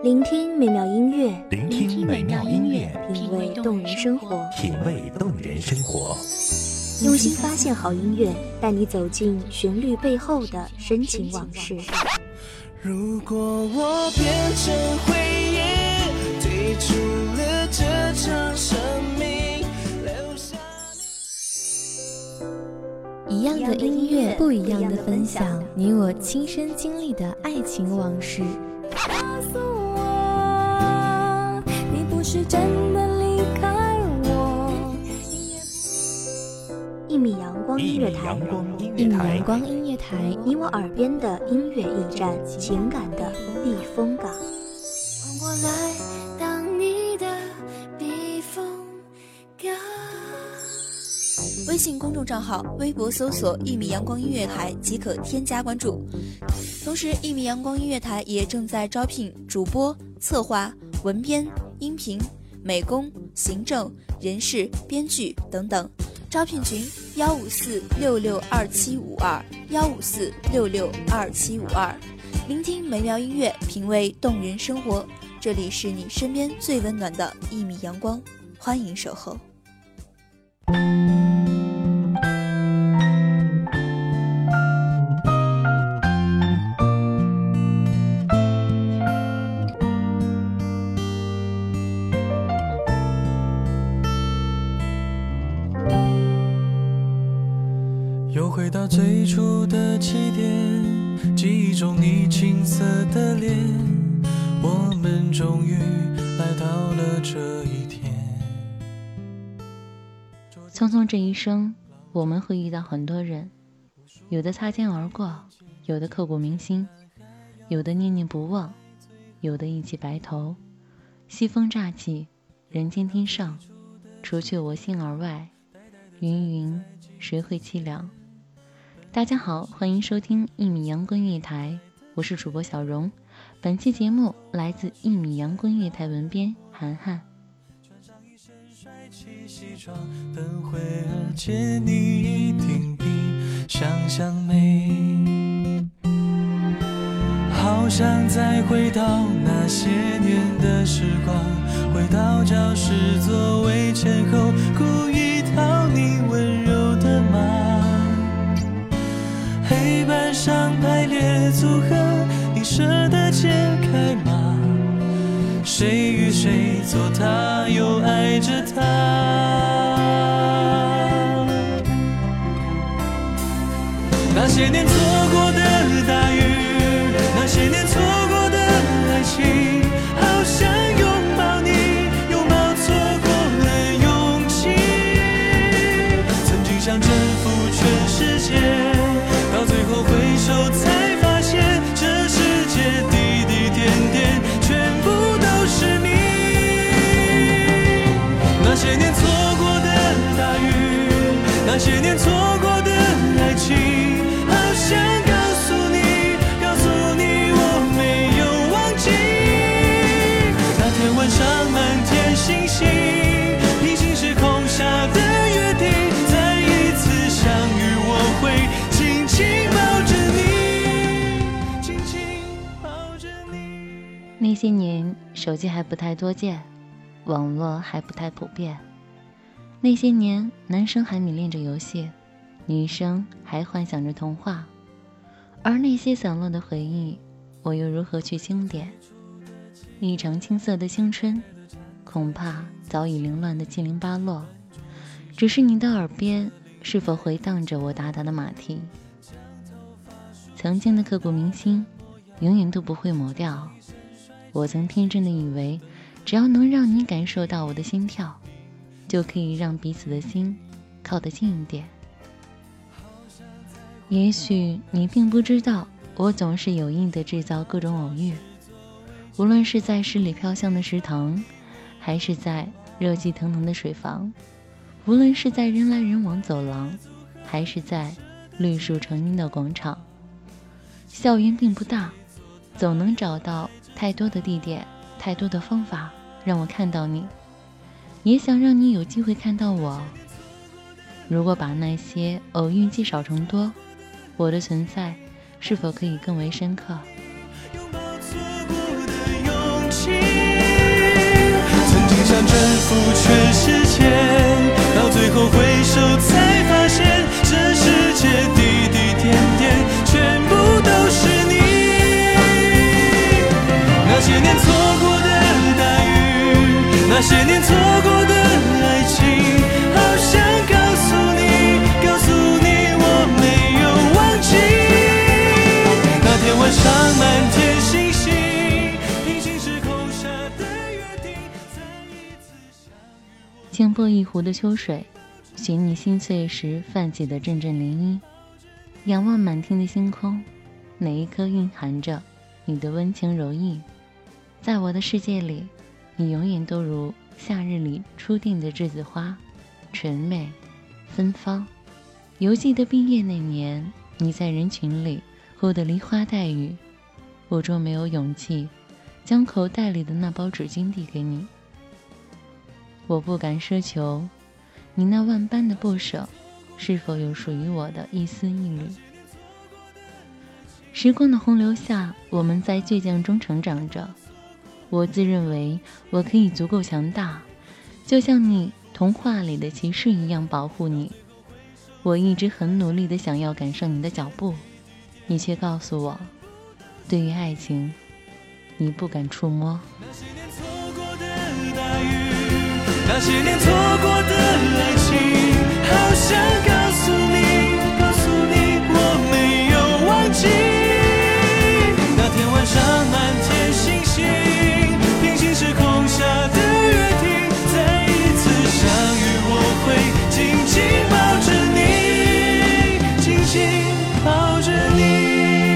聆听美妙音乐， 聆听美妙音乐， 品味动人生活， 品味动人生活。 用心发现好音乐，带你走进旋律背后的深情往事。 如果我变成灰烟，退出了这场生命，留下一样的音乐，不一样的分享，你我亲身经历的爱情往事。 告诉我，你不是真的离开我。 一米阳光音乐台， 一米阳光音乐台， 你我耳边的音乐驿站，情感的避风港。 换我来当你的避风港。 微信公众账号、微博搜索“一米阳光音乐台”即可添加关注。同时，一米阳光音乐台也正在招聘主播、策划、文编、音频、美工、行政、人事、编剧等等。招聘群154662752，154662752。聆听美妙音乐，品味动人生活。这里是你身边最温暖的一米阳光，欢迎守候。 又回到最初的起点，记忆中你青涩的脸，我们终于来到了这一天。 匆匆这一生，我们会遇到很多人，有的擦肩而过，有的刻骨铭心，有的念念不忘，有的一起白头。西风乍起，人间天上，除去我心而外，云云谁会凄凉。大家好，欢迎收听一米阳光乐台，我是主播小荣。本期节目来自一米阳光乐台文编涵涵。 穿上一身帅气西装，等会儿见你一定比想象美。好想再回到那些年的时光，回到教室座位前后，故意讨你温柔的骂。黑板上排列组合，你舍得解开吗？谁与谁做他，又爱着他。那些年错过的大雨，那些年错过的爱情，好想拥抱你，拥抱错过了勇气。曾经想征服全世界，到最后回首才发现，这世界滴滴点点全部都是你。那些年错过的大雨，那些年错过的爱情，好想告诉你，告诉你我没有忘记。那天晚上满天星星，平行时空下的约定，再一次相遇我会紧紧抱着你，紧紧抱着你。 那些年手机还不太多见，网络还不太普遍。那些年男生还迷恋着游戏，女生还幻想着童话。而那些散落的回忆，我又如何去清点？一场青涩的青春，恐怕早已凌乱得七零八落。只是你的耳边是否回荡着我达达的马蹄？曾经的刻骨铭心永远都不会抹掉。我曾天真的以为，只要能让你感受到我的心跳，就可以让彼此的心靠得近一点。也许你并不知道，我总是有意地制造各种偶遇，无论是在十里飘香的食堂，还是在热气腾腾的水房，无论是在人来人往走廊，还是在绿树成荫的广场。校园并不大，总能找到太多的地点，太多的方法让我看到你，也想让你有机会看到我。如果把那些偶遇积少成多，我的存在是否可以更为深刻？ 拥抱错过的勇气。 前，到最后回首才发现，这世界滴滴点点全部都是你。那些年错过的大雨，那些年错过的爱情，好想告诉你，告诉你我没有忘记。那天晚上满天星星，平行时空下的约定，再一次相遇。 清波一湖的秋水，寻你心碎时泛起的阵阵涟漪。仰望满天的星空，哪一颗蕴含着你的温情柔意。在我的世界里，你永远都如夏日里初定的栀子花，纯美芬芳。犹记得毕业那年，你在人群里哭得梨花带雨，我终没有勇气将口袋里的那包纸巾递给你。我不敢奢求你那万般的不舍是否有属于我的一丝一缕。时光的洪流下，我们在倔强中成长着。我自认为我可以足够强大，就像你童话里的骑士一样保护你。我一直很努力地想要赶上你的脚步，你却告诉我，对于爱情，你不敢触摸。 那些年错过的大雨，那些年错过的爱情，好想告诉你，告诉你我没有忘记。那天晚上满天星星，平行时空下的约定，再一次相遇，我会紧紧抱着你，紧紧抱着你。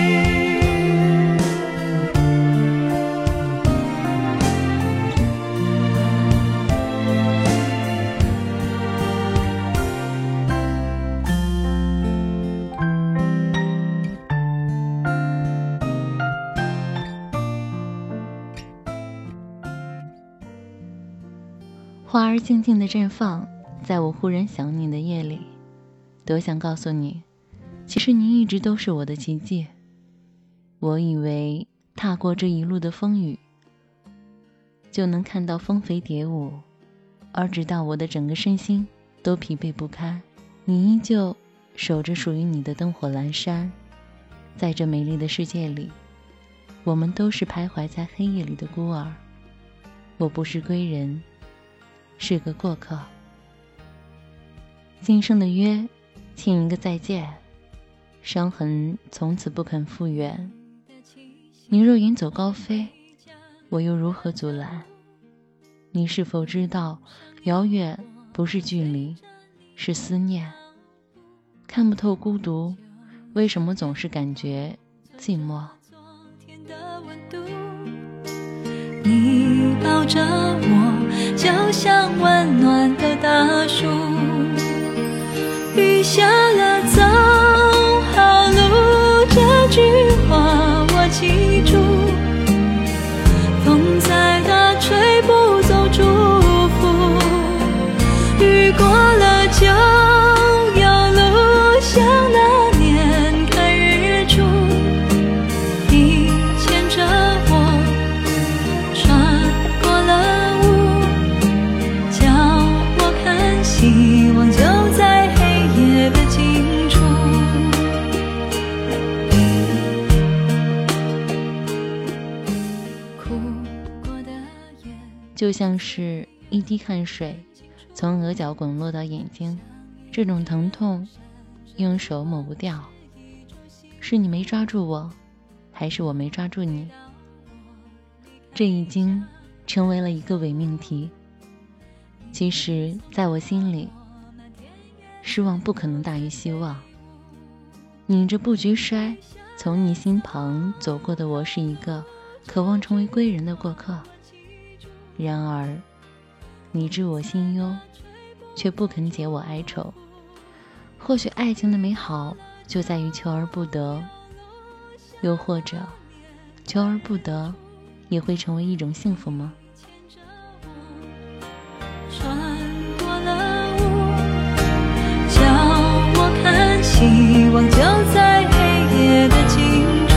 花儿静静地绽放，在我忽然想你的夜里，多想告诉你，其实你一直都是我的奇迹。我以为踏过这一路的风雨，就能看到蜂飞蝶舞，而直到我的整个身心都疲惫不堪，你依旧守着属于你的灯火阑珊。在这美丽的世界里，我们都是徘徊在黑夜里的孤儿。我不是归人，是个过客。今生的约，欠一个再见，伤痕从此不肯复原。你若远走高飞，我又如何阻拦？你是否知道，遥远不是距离，是思念。看不透孤独，为什么总是感觉寂寞？ 你抱着我，就像温暖的大树，雨下了走好路，这句话我记住，风再大吹不走祝福，雨过了就有路，像那年看日出，你牵着我穿过了雾，叫我看希望就在黑夜的尽处。哭过的眼， 就像是一滴汗水从额角滚落到眼睛，这种疼痛用手抹不掉。是你没抓住我，还是我没抓住你？这已经成为了一个伪命题。其实在我心里，失望不可能大于希望。拧着不觉摔从你心旁走过的我，是一个渴望成为归人的过客。然而你知我心忧，却不肯解我哀愁。或许爱情的美好就在于求而不得，又或者求而不得也会成为一种幸福吗？ 穿过了雾，叫我看希望就在黑夜的尽处。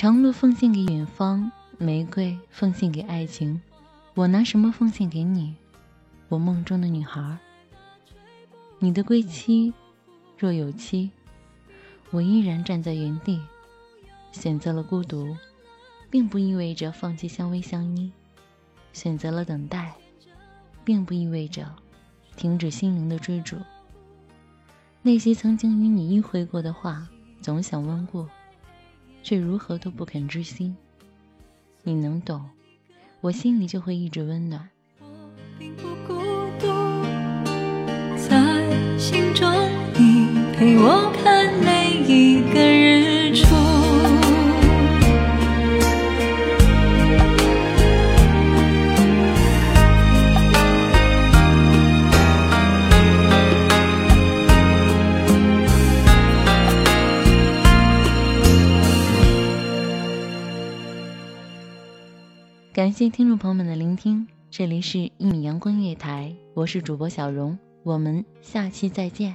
长路奉献给远方，玫瑰奉献给爱情，我拿什么奉献给你，我梦中的女孩？你的归期若有期，我依然站在原地。选择了孤独，并不意味着放弃相偎相依；选择了等待，并不意味着停止心灵的追逐。那些曾经与你迂回过的话，总想问过，却如何都不肯知悉。你能懂，我心里就会一直温暖。 我并不孤独，在心中你陪我看每一个日出。 感谢听众朋友们的聆听，这里是1米阳光音乐台，我是主播小荣，我们下期再见。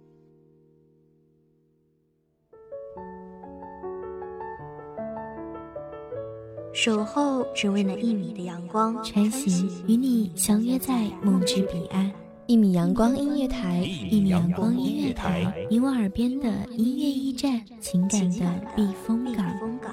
守候只为那1米的阳光， 穿行与你相约在梦之彼岸。1米阳光音乐台，1米阳光音乐台，你我耳边的音乐驿站，情感的避风港。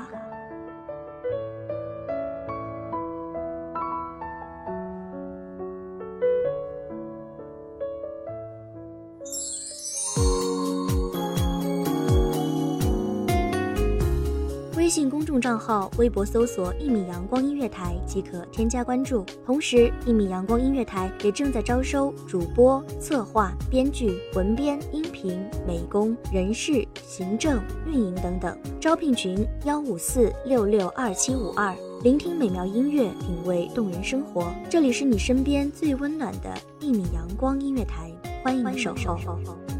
微信公众账号、微博搜索1米阳光音乐台即可添加关注。同时，1米阳光音乐台也正在招收主播、策划、编剧、文编、音频、美工、人事、行政、运营等等。招聘群154662752。聆听美妙音乐，品味动人生活。这里是你身边最温暖的1米阳光音乐台，欢迎守候。